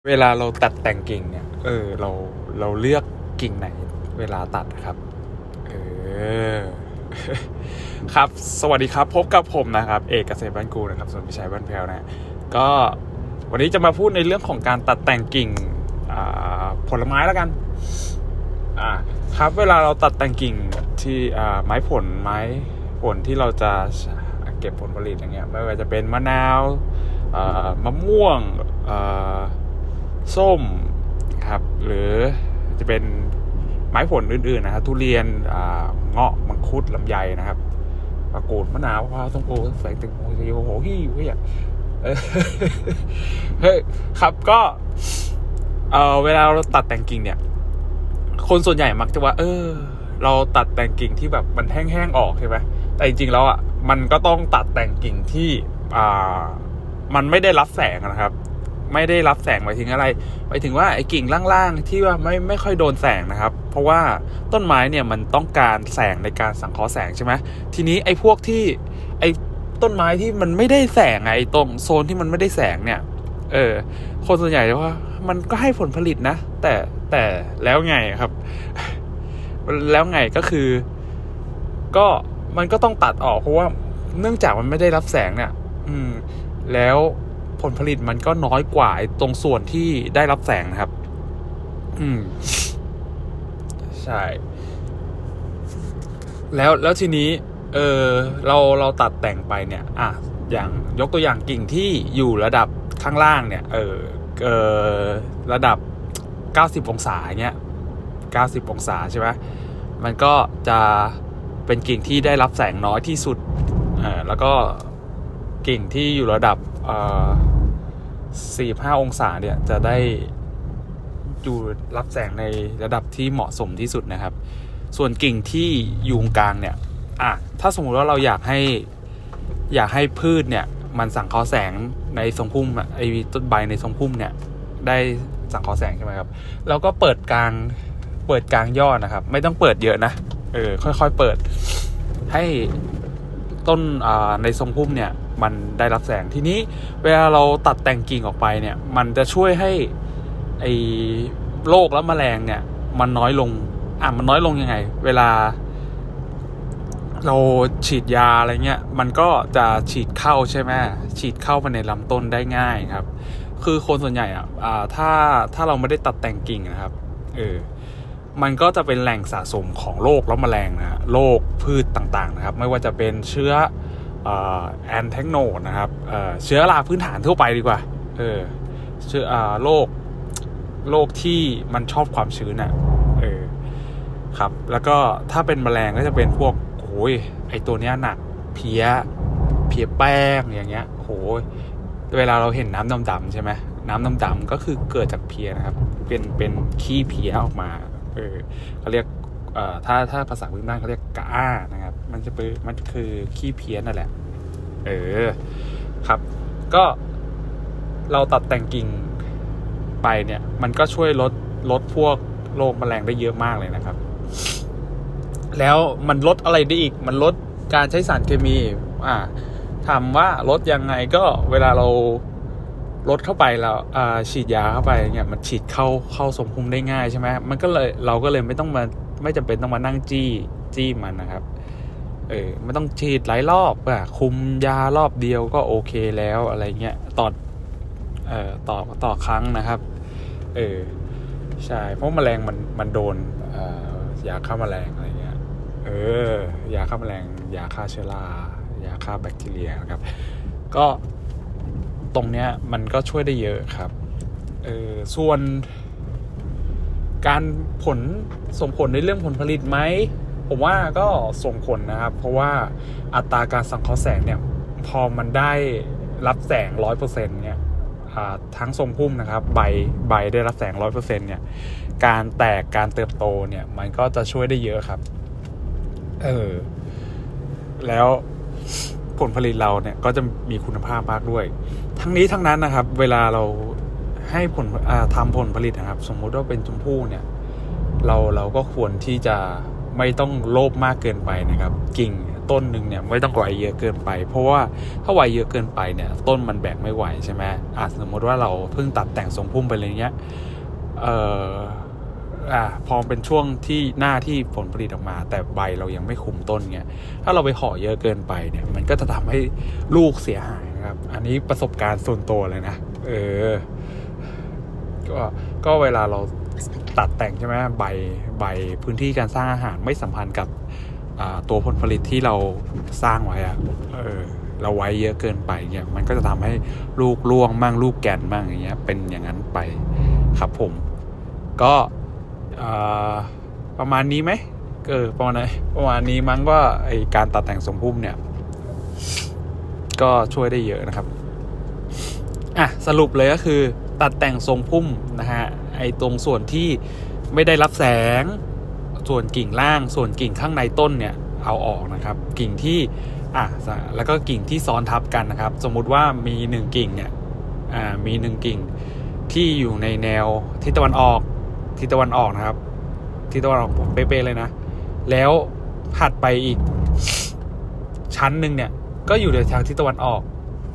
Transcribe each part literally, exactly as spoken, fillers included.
เวลาเราตัดแต่งกิ่งเนี่ยเออเราเราเลือกกิ่งไหนเวลาตัดครับเออ ครับสวัสดีครับพบกับผมนะครับเอกเกษตรบ้านกูนะครับส่วนพิชัยบ้านแพรวนะก็วันนี้จะมาพูดในเรื่องของการตัดแต่งกิ่งผลไม้แล้วกันอ่าครับเวลาเราตัดแต่งกิ่งที่ไม้ผลไม้ผลที่เราจะเก็บผลผลิตอย่างเงี้ยไม่ว่าจะเป็นมะนาวมะม่วงส้มครับหรือจะเป็นไม้ผลอื่นๆนะครับทุเรียนเงาะมังคุดลำไยนะครับมะกรูดมะนาวมะพร้าวส้มโอแสงแตงโมชะโยโหฮิวเฮ้ยเฮ้ยครับก็เออเวลาเราตัดแต่งกิ่งเนี่ยคนส่วนใหญ่มักจะว่าเออเราตัดแต่งกิ่งที่แบบมันแห้งๆออกใช่ไหมแต่จริงๆแล้วอ่ะมันก็ต้องตัดแต่งกิ่งที่อ่ามันไม่ได้รับแสงนะครับไม่ได้รับแสงหมายถึงอะไรหมายถึงว่าไอ้กิ่งล่างๆที่ว่าไม่ไม่ค่อยโดนแสงนะครับเพราะว่าต้นไม้เนี่ยมันต้องการแสงในการสังเคราะห์แสงใช่ไหมทีนี้ไอ้พวกที่ไอ้ต้นไม้ที่มันไม่ได้แสงไอ้ตรงโซนที่มันไม่ได้แสงเนี่ยเออคนส่วนใหญ่ว่ามันก็ให้ผลผลิตนะแต่แต่แล้วไงครับแล้วไงก็คือก็มันก็ต้องตัดออกเพราะว่าเนื่องจากมันไม่ได้รับแสงเนี่ยอืมแล้วผลผลิตมันก็น้อยกว่าตรงส่วนที่ได้รับแสงนะครับอืมใช่แล้วแล้วทีนี้เออเราเราตัดแต่งไปเนี่ยอ่ะอย่างยกตัวอย่างกิ่งที่อยู่ระดับข้างล่างเนี่ยเออเออระดับเก้าสิบองศาเงี้ยเก้าสิบองศาใช่ไหมมันก็จะเป็นกิ่งที่ได้รับแสงน้อยที่สุดอ่าแล้วก็กิ่งที่อยู่ระดับเอ่อสี่สิบห้าองศาเนี่ยจะได้อยู่รับแสงในระดับที่เหมาะสมที่สุดนะครับส่วนกิ่งที่อยู่กลางเนี่ยอ่ะถ้าสมมุติว่าเราอยากให้อยากให้พืชเนี่ยมันสังเคราะห์แสงในทรงพุ่มไอ้ต้นใบในทรงพุ่มเนี่ยได้สังเคราะห์แสงใช่ไหมครับเราก็เปิดกลางเปิดกลางยอดนะครับไม่ต้องเปิดเยอะนะเออค่อยๆเปิดให้ต้นอ่าในทรงพุ่มเนี่ยมันได้รับแสงทีนี้เวลาเราตัดแต่งกิ่งออกไปเนี่ยมันจะช่วยให้ไอ้โรคและแมลงเนี่ยมันน้อยลงอ่ะมันน้อยลงยังไงเวลาเราฉีดยาอะไรเงี้ยมันก็จะฉีดเข้าใช่ไหมฉีดเข้าไปในลำต้นได้ง่ายครับคือคนส่วนใหญ่อ่ะอ่าถ้าถ้าเราไม่ได้ตัดแต่งกิ่งนะครับเออมันก็จะเป็นแหล่งสะสมของโรคและแมลงนะโรคพืชต่างๆนะครับไม่ว่าจะเป็นเชื้อแอนแทกโนดนะครับเชื้อราพื้นฐานทั่วไปดีกว่าเออเชื้อโรคโรคที่มันชอบความชื้นน่ะเออครับแล้วก็ถ้าเป็นแมลงก็จะเป็นพวกโอ้ยไอตัวเนี้ยหนักเพี้ยเพี้ยแป้งอย่างเงี้ยโหเวลาเราเห็นน้ำดำๆใช่ไหมน้ำดำๆก็คือเกิดจากเพี้ยนะครับเป็นเป็นขี้เพี้ยออกมาเออเขาเรียกเอ่อถ้าถ้าภาษาพื้นบ้านเขาเรียกกะอ้านะครับมันจะเป็นมันคือขี้เพี้ยนั่นแหละเออครับก็เราตัดแต่งกิ่งไปเนี่ยมันก็ช่วยลดลดพวกโรคแมลงได้เยอะมากเลยนะครับแล้วมันลดอะไรได้อีกมันลดการใช้สารเคมีอ่าถามว่าลดยังไงก็เวลาเราลดเข้าไปแล้วอ่าฉีดยาเข้าไปเนี่ยมันฉีดเข้าเข้าสมภูมิได้ง่ายใช่ไหมมันก็เลยเราก็เลยไม่ต้องมาไม่จำเป็นต้องมานั่งจี้จี้มันนะครับเออไม่ต้องฉีดหลายรอบอ่ะคุมยารอบเดียวก็โอเคแล้วอะไรเงี้ยต่อเอ่อต่อต่อครั้งนะครับเออใช่เพราะแมลงมันมันโดนเอ่อยาฆ่าแมลงอะไรเงี้ยเออยาฆ่าแมลงยาฆ่าเชื้อรายาฆ่าแบคทีเรียนะครับก็ตรงเนี้ยมันก็ช่วยได้เยอะครับเออส่วนการผลส่งผลในเรื่องผลผลิตไหมผมว่าก็ส่งผลนะครับเพราะว่าอัตราการสังเคราะห์แสงเนี่ยพอมันได้รับแสง ร้อยเปอร์เซ็นต์ เนี่ยทั้งทรงพุ่มนะครับใบใบได้รับแสง ร้อยเปอร์เซ็นต์ เนี่ยการแตกการเติบโตเนี่ยมันก็จะช่วยได้เยอะครับเออแล้วผลผลิตเราเนี่ยก็จะมีคุณภาพมากด้วยทั้งนี้ทั้งนั้นนะครับเวลาเราให้ผลทำผลผลิตนะครับสมมุติว่าเป็นชมพู่เนี่ยเราเราก็ควรที่จะไม่ต้องโลภมากเกินไปนะครับกิ่งต้นหนึ่งเนี่ยไม่ต้องไว้เยอะเกินไปเพราะว่าถ้าไว้เยอะเกินไปเนี่ยต้นมันแบกไม่ไหวใช่ไหมอ่ะสมมติว่าเราเพิ่งตัดแต่งทรงพุ่มไปเลยเงี้ยเอ่ออ่ะพอเป็นช่วงที่หน้าที่ผลผลิตออกมาแต่ใบเรายังไม่คุมต้นเงี้ยถ้าเราไปห่อเยอะเกินไปเนี่ยมันก็จะทำให้ลูกเสียหายนะครับอันนี้ประสบการณ์ส่วนตัวเลยนะเออก็ก็เวลาเราตัดแต่งใช่ไหมใบใบพื้นที่การสร้างอาหารไม่สัมพันธ์กับตัวผลผลิตที่เราสร้างไว้อะเออเราไว้เยอะเกินไปเนี่ยมันก็จะทำให้ลูกร่วงมั่งลูกแก่นมั่งอย่างเงี้ยเป็นอย่างนั้นไปครับผมก็ประมาณนี้ไหมเออประมาณไหนประมาณนี้มั้งว่าไอการตัดแต่งทรงพุ่มเนี่ยก็ช่วยได้เยอะนะครับอ่ะสรุปเลยก็คือตัดแต่งทรงพุ่มนะฮะไอตรงส่วนที่ไม่ได้รับแสงส่วนกิ่งล่างส่วนกิ่งข้างในต้นเนี่ยเอาออกนะครับกิ่งที่อ่ะแล้วก็กิ่งที่ซ้อนทับกันนะครับสมมุติว่ามีหนึ่งกิ่งเนี่ยอ่ามีหนึ่งกิ่งที่อยู่ในแนวทิศตะวันออกทิศตะวันออกนะครับทิศตะวันออกเป๊ะๆเลยนะแล้วถัดไปอีกชั้นหนึ่งเนี่ยก็อยู่ในทางทิศตะวันออก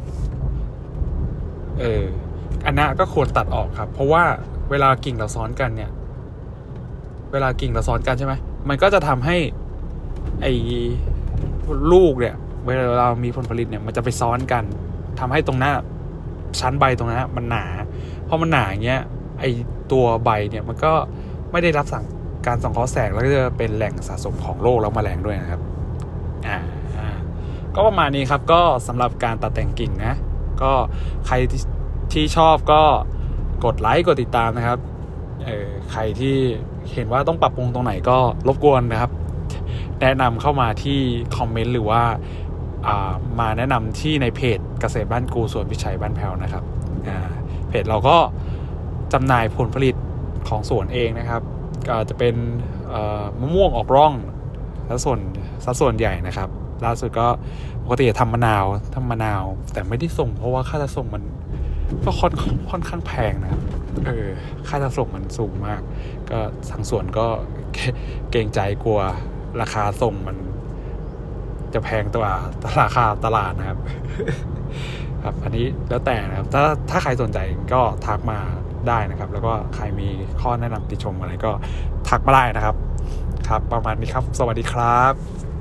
เอออันนั้นก็ควรตัดออกครับเพราะว่าเวลากิ่งเราซ้อนกันเนี่ยเวลากิ่งเราซ้อนกันใช่ไหมมันก็จะทำให้ไอ้ลูกเนี่ยเวลาเรามีผลผลิตเนี่ยมันจะไปซ้อนกันทำให้ตรงหน้าชั้นใบตรงนั้นมันหนาพอมันหนาอย่างเงี้ยไอ้ตัวใบเนี่ยมันก็ไม่ได้รับสั่งการสังเคราะห์แสงแล้วก็จะเป็นแหล่งสะสมของโรคแล้วแมลงด้วยนะครับอ่าก็ประมาณนี้ครับก็สำหรับการตัดแต่งกิ่งนะก็ใครที่ที่ชอบก็กดไลค์กดติดตามนะครับเออใครที่เห็นว่าต้องปรับปรุงตรงไหนก็รบกวนนะครับแนะนำเข้ามาที่คอมเมนต์หรือว่าอ่ามาแนะนำที่ในเพจเกษตรบ้านกูสวนพิชัยบ้านแพ้วนะครับอ่าเพจเราก็จำหน่ายผลผลิตของสวนเองนะครับก็จะเป็นมะม่วงออกร่องและส่วนสัดส่วนใหญ่นะครับล่าสุดก็ปกติทำมะนาวทำมะนาวแต่ไม่ได้ส่งเพราะว่าค่าจะส่งมันก็ค่อนค่อนข้างแพงนะครับเออค่าจะส่งมันสูงมากก็ทางสวนก็เกรงใจกลัวราคาส่งมันจะแพงกว่าราคาตลาดนะครับครับอันนี้แล้วแต่นะครับถ้าถ้าใครสนใจก็ทักมาได้นะครับแล้วก็ใครมีข้อแนะนำติชมอะไรก็ทักมาได้นะครับครับประมาณนี้ครับสวัสดีครับ